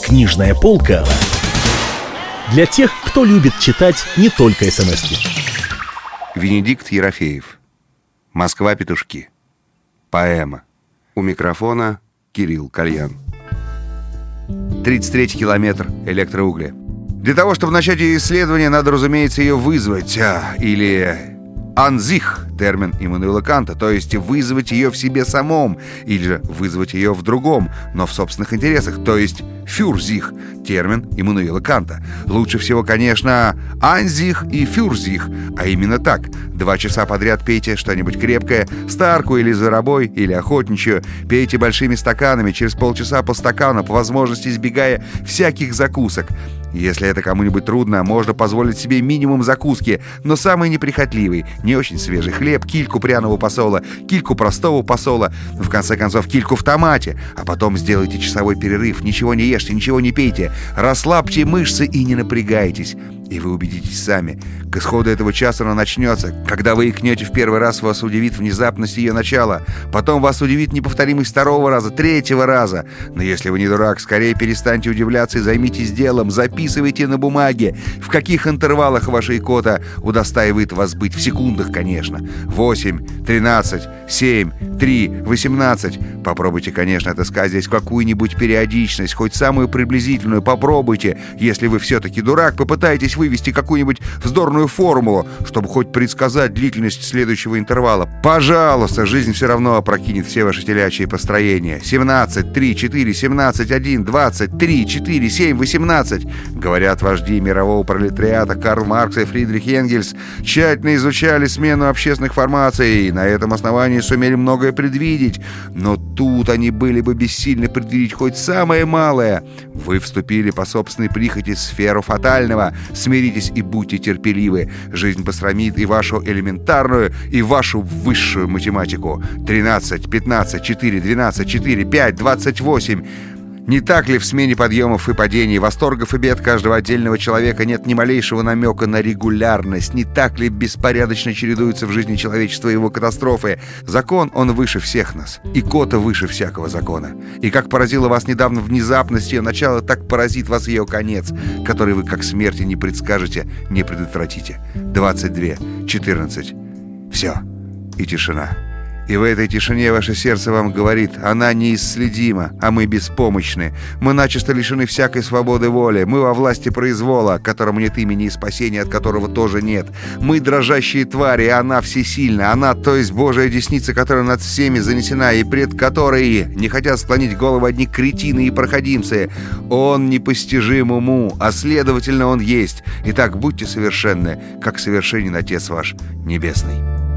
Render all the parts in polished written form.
Книжная полка для тех, кто любит читать не только смс-ки. Венедикт Ерофеев. «Москва-петушки». Поэма. У микрофона Кирилл Кальян. 33-й километр электроугля. Для того, чтобы начать ее исследование, надо, разумеется, ее вызвать, или «анзих» — термин Иммануила Канта, то есть вызвать ее в себе самом, или же вызвать ее в другом, но в собственных интересах, то есть «фюрзих» — термин Иммануила Канта. Лучше всего, конечно, «анзих» и «фюрзих», а именно так. 2 часа подряд пейте что-нибудь крепкое, старку или зверобой, или охотничью. Пейте большими стаканами, через полчаса по стакану, по возможности избегая всяких закусок. Если это кому-нибудь трудно, можно позволить себе минимум закуски, но самый неприхотливый, не очень свежий хлеб, кильку пряного посола, кильку простого посола, в конце концов кильку в томате, а потом сделайте часовой перерыв, ничего не ешьте, ничего не пейте, расслабьте мышцы и не напрягайтесь. И вы убедитесь сами, к исходу этого часа оно начнется. Когда вы икнете в первый раз, вас удивит внезапность ее начала. Потом вас удивит неповторимость 2-го раза, 3-го раза. Но если вы не дурак, скорее перестаньте удивляться и займитесь делом. Записывайте на бумаге, в каких интервалах ваша икота удостаивает вас быть. В секундах, конечно. 8, 13, 7, 3, 18. Попробуйте, конечно, отыскать здесь какую-нибудь периодичность, хоть самую приблизительную. Попробуйте. Если вы все-таки дурак, попытайтесь вывести какую-нибудь вздорную формулу, чтобы хоть предсказать длительность следующего интервала. Пожалуйста, жизнь все равно опрокинет все ваши телячьи построения. 17, 3, 4, 17, 1, 20, 3, 4, 7, 18. Говорят, вожди мирового пролетариата Карл Маркс и Фридрих Энгельс тщательно изучали смену общественных формаций и на этом основании сумели многое предвидеть. Но тут они были бы бессильны предвидеть хоть самое малое. Вы вступили по собственной прихоти в сферу фатального. Смиритесь и будьте терпеливы. Жизнь посрамит и вашу элементарную, и вашу высшую математику. 13, 15, 4, 12, 4, 5, 28. Не так ли в смене подъемов и падений, восторгов и бед каждого отдельного человека нет ни малейшего намека на регулярность? Не так ли беспорядочно чередуются в жизни человечества его катастрофы? Закон, он выше всех нас. Икота выше всякого закона. И как поразила вас недавно внезапность ее начала, так поразит вас ее конец, который вы как смерти не предскажете, не предотвратите. 22, 14. Все. И тишина. И в этой тишине ваше сердце вам говорит: она неисследима, а мы беспомощны. Мы начисто лишены всякой свободы воли. Мы во власти произвола, которому нет имени и спасения, от которого тоже нет. Мы дрожащие твари, а она всесильна. Она, то есть Божия десница, которая над всеми занесена, и пред которой не хотят склонить голову одни кретины и проходимцы. Он непостижим уму, а следовательно он есть. Итак, будьте совершенны, как совершенен Отец ваш Небесный.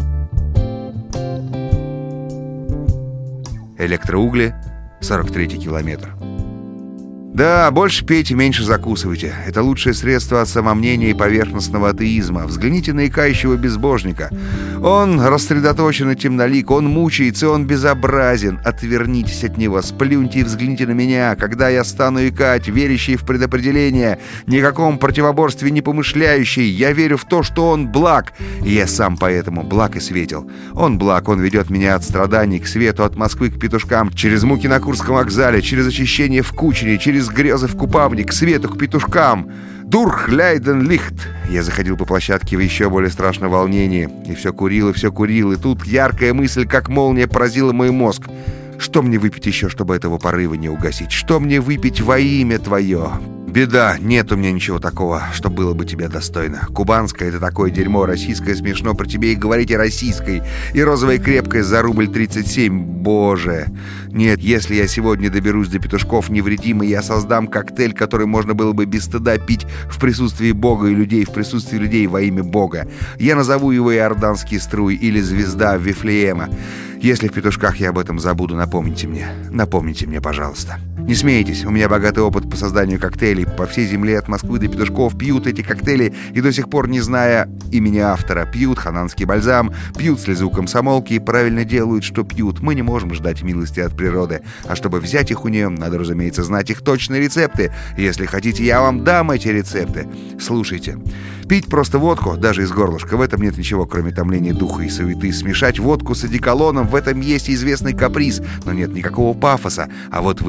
Электроугли, 43-й километр. Да, больше пейте, меньше закусывайте. Это лучшее средство от самомнения и поверхностного атеизма. Взгляните на икающего безбожника. Он рассредоточен и темнолик, он мучается, он безобразен. Отвернитесь от него, сплюньте и взгляните на меня. Когда я стану икать, верящий в предопределение, ни о каком противоборстве не помышляющий, я верю в то, что он благ. И я сам поэтому благ и светел. Он благ, он ведет меня от страданий к свету, от Москвы к петушкам, через муки на Курском вокзале, через очищение в Кучине, через грезы в Купавне, к свету, к петушкам. Дурх Ляйден Лихт. Я заходил по площадке в еще более страшном волнении. И все курил, и тут яркая мысль, как молния, поразила мой мозг. Что мне выпить еще, чтобы этого порыва не угасить? Что мне выпить во имя твое? Беда, нет у меня ничего такого, что было бы тебе достойно. Кубанское — это такое дерьмо, российское смешно при тебе и говорите российской. И розовая крепкая за рубль 37, боже. Нет, если я сегодня доберусь до петушков невредимый, я создам коктейль, который можно было бы без стыда пить в присутствии Бога и людей, в присутствии людей во имя Бога. Я назову его Иорданские струи или Звезда Вифлеема. Если в петушках я об этом забуду, напомните мне, пожалуйста. Не смейтесь, у меня богатый опыт по созданию коктейлей. По всей земле от Москвы до петушков пьют эти коктейли, и до сих пор, не зная имени автора, пьют хананский бальзам, пьют слезу комсомолки и правильно делают, что пьют. Мы не можем ждать милости от природы, а чтобы взять их у нее, надо, разумеется, знать их точные рецепты. Если хотите, я вам дам эти рецепты. Слушайте. Пить просто водку, даже из горлышка, в этом нет ничего, кроме томления духа и суеты. Смешать водку с одеколоном, в этом есть известный каприз, но нет никакого пафоса. А вот выпить стакан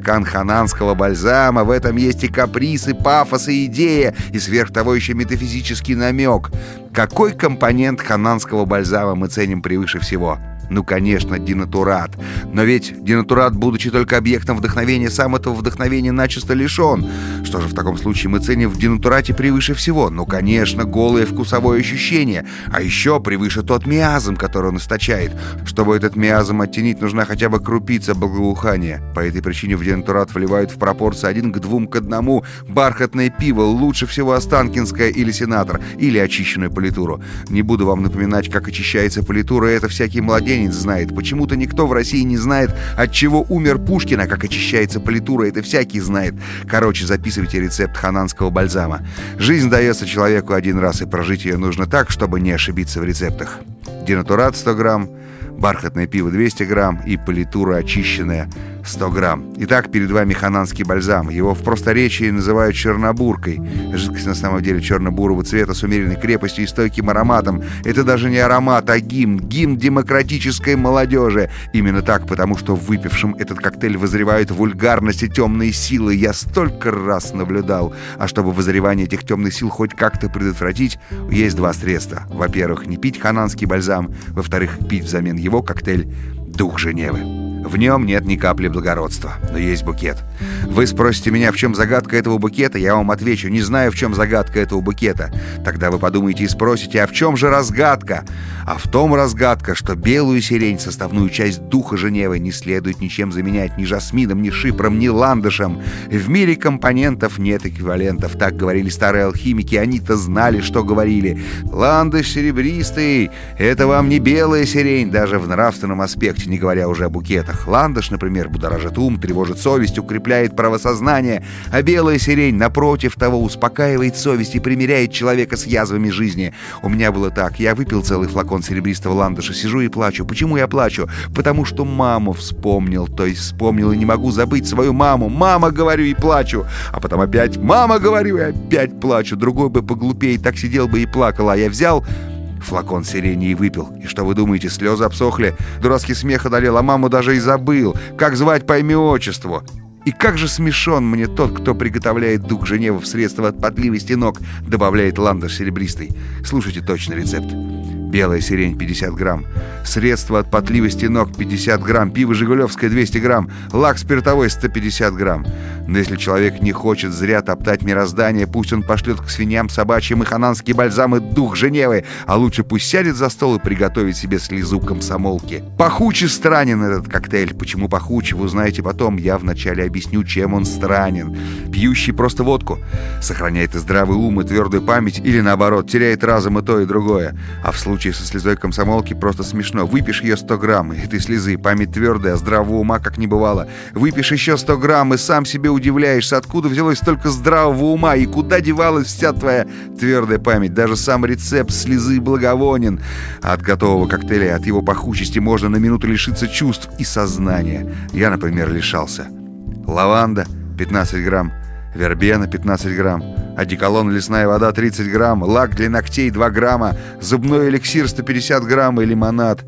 стакан хананского бальзама. В этом есть и каприз, и пафос, и идея, и сверх того еще метафизический намек. Какой компонент хананского бальзама мы ценим превыше всего? Ну, конечно, денатурат. Но ведь денатурат, будучи только объектом вдохновения, сам этого вдохновения начисто лишен. Что же в таком случае мы ценим в денатурате превыше всего? Ну, конечно, голое вкусовое ощущение. А еще превыше тот миазм, который он источает. Чтобы этот миазм оттенить, нужна хотя бы крупица благоухания. По этой причине в денатурат вливают в пропорции 1 к 2 к 1 бархатное пиво, лучше всего Останкинское или Сенатор, или очищенную политуру. Не буду вам напоминать, как очищается политура, это всякий младенец знает. Почему-то никто в России не знает, от чего умер Пушкин, а как очищается политура, это всякий знает. Короче, записывайте рецепт хананского бальзама. Жизнь дается человеку один раз, и прожить ее нужно так, чтобы не ошибиться в рецептах. Денатурат 100 грамм, бархатное пиво 200 грамм и политура очищенная 100 грамм. Итак, перед вами хананский бальзам. Его в просторечии называют чернобуркой. Жидкость на самом деле черно-бурого цвета с умеренной крепостью и стойким ароматом. Это даже не аромат, а гимн. Гимн демократической молодежи. Именно так, потому что в выпившем этот коктейль вызревают вульгарность и темные силы. Я столько раз наблюдал. А чтобы вызревание этих темных сил хоть как-то предотвратить, есть два средства. Во-первых, не пить хананский бальзам. Во-вторых, пить взамен его коктейль «Дух Женевы». В нем нет ни капли благородства, но есть букет. Вы спросите меня, в чем загадка этого букета? Я вам отвечу: не знаю, в чем загадка этого букета. Тогда вы подумаете и спросите: а в чем же разгадка? А в том разгадка, что белую сирень, составную часть духа Женевы, не следует ничем заменять: ни жасмином, ни шипром, ни ландышем. В мире компонентов нет эквивалентов. Так говорили старые алхимики, они-то знали, что говорили. Ландыш серебристый — это вам не белая сирень, даже в нравственном аспекте, не говоря уже о букетах. Ландыш, например, будоражит ум, тревожит совесть, укрепляет правосознание, а белая сирень, напротив того, успокаивает совесть и примиряет человека с язвами жизни. У меня было так: я выпил целый флакон серебристого ландыша, сижу и плачу. Почему я плачу? Потому что маму вспомнил, то есть вспомнил и не могу забыть свою маму. Мама, говорю, и плачу. А потом опять мама, говорю, и опять плачу. Другой бы поглупее так сидел бы и плакал, а я взял флакон сирени и выпил. И что вы думаете, слезы обсохли? Дурацкий смех одолел, а маму даже и забыл. Как звать по имя-отчеству? И как же смешон мне тот, кто приготовляет дух Женевы в средство от потливости ног, добавляет ландыш серебристый. Слушайте точный рецепт. Белая сирень 50 грамм, средство от потливости ног 50 грамм, пиво «Жигулевское» 200 грамм, лак спиртовой 150 грамм. Но если человек не хочет зря топтать мироздание, пусть он пошлет к свиньям собачьим и хананский бальзам и дух Женевы, а лучше пусть сядет за стол и приготовит себе слезу комсомолки. Пахуче странен этот коктейль. Почему пахуче, вы узнаете потом. Я вначале объясню, чем он странен. Пьющий просто водку сохраняет и здравый ум, и твердую память, или наоборот, теряет разум и то, и другое. А в случае со слезой комсомолки просто смешно. Выпьешь ее 100 грамм, и этой слезы, память твердая, а здравого ума как не бывало. Выпьешь еще 100 грамм, и сам себе удивляешься, откуда взялось столько здравого ума, и куда девалась вся твоя твердая память. Даже сам рецепт слезы благовонен. А от готового коктейля, от его пахучести можно на минуту лишиться чувств и сознания. Я, например, лишался. Лаванда 15 грамм, вербена 15 грамм, одеколон «Лесная вода» 30 грамм, лак для ногтей 2 грамма, зубной эликсир 150 грамм и лимонад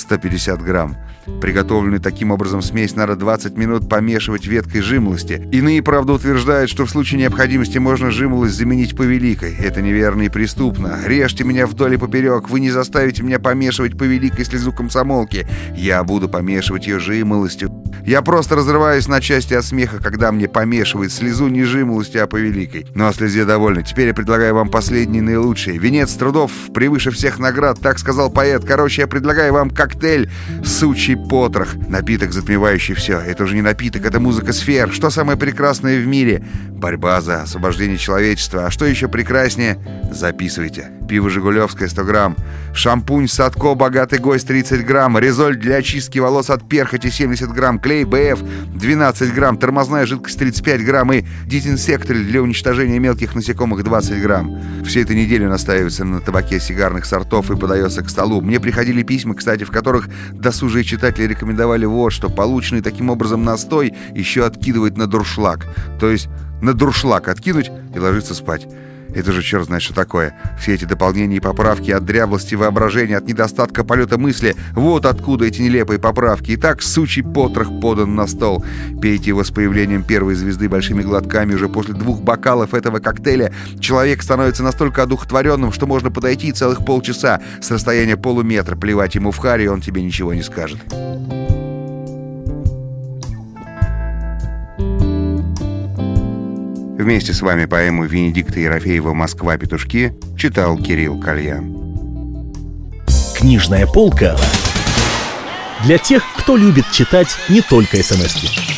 150 грамм. Приготовленную таким образом смесь надо 20 минут помешивать веткой жимолости. Иные, правда, утверждают, что в случае необходимости можно жимолость заменить повеликой. Это неверно и преступно. Режьте меня вдоль и поперек. Вы не заставите меня помешивать повеликой слезу комсомолки. Я буду помешивать ее жимолостью. Я просто разрываюсь на части от смеха, когда мне помешивают слезу не жимолостью, а повеликой. Но о слезе довольно. Теперь я предлагаю вам последний наилучший. Венец трудов превыше всех наград, так сказал поэт. Короче, я предлагаю вам коктейль «Сучий потрох». Напиток, затмевающий все. Это уже не напиток, это музыка сфер. Что самое прекрасное в мире? Борьба за освобождение человечества. А что еще прекраснее? Записывайте. Пиво «Жигулевское» 100 грамм. Шампунь «Садко» «Богатый гость» 30 грамм. Резоль для очистки волос от перхоти 70 грамм. Клей БФ 12 грамм. Тормозная жидкость 35 грамм. И дезинсектор для уничтожения мелких насекомых 20 грамм. Все этой неделю настаивается на табаке сигарных сортов и подается к столу. Мне приходили письма, кстати, в которых досужие читатели рекомендовали вот что: полученный таким образом настой еще откидывать на дуршлаг. То есть на дуршлаг откинуть и ложиться спать. Это же черт знает что такое. Все эти дополнения и поправки от дряблости воображения, от недостатка полета мысли. Вот откуда эти нелепые поправки. Итак, сучий потрох подан на стол. Пейте его с появлением первой звезды большими глотками. Уже после 2 бокалов этого коктейля человек становится настолько одухотворенным, что можно подойти целых полчаса с расстояния полуметра, плевать ему в харе, и он тебе ничего не скажет. Вместе с вами поэму Венедикта Ерофеева «Москва. Петушки» читал Кирилл Кальян. Книжная полка для тех, кто любит читать не только смс-ки.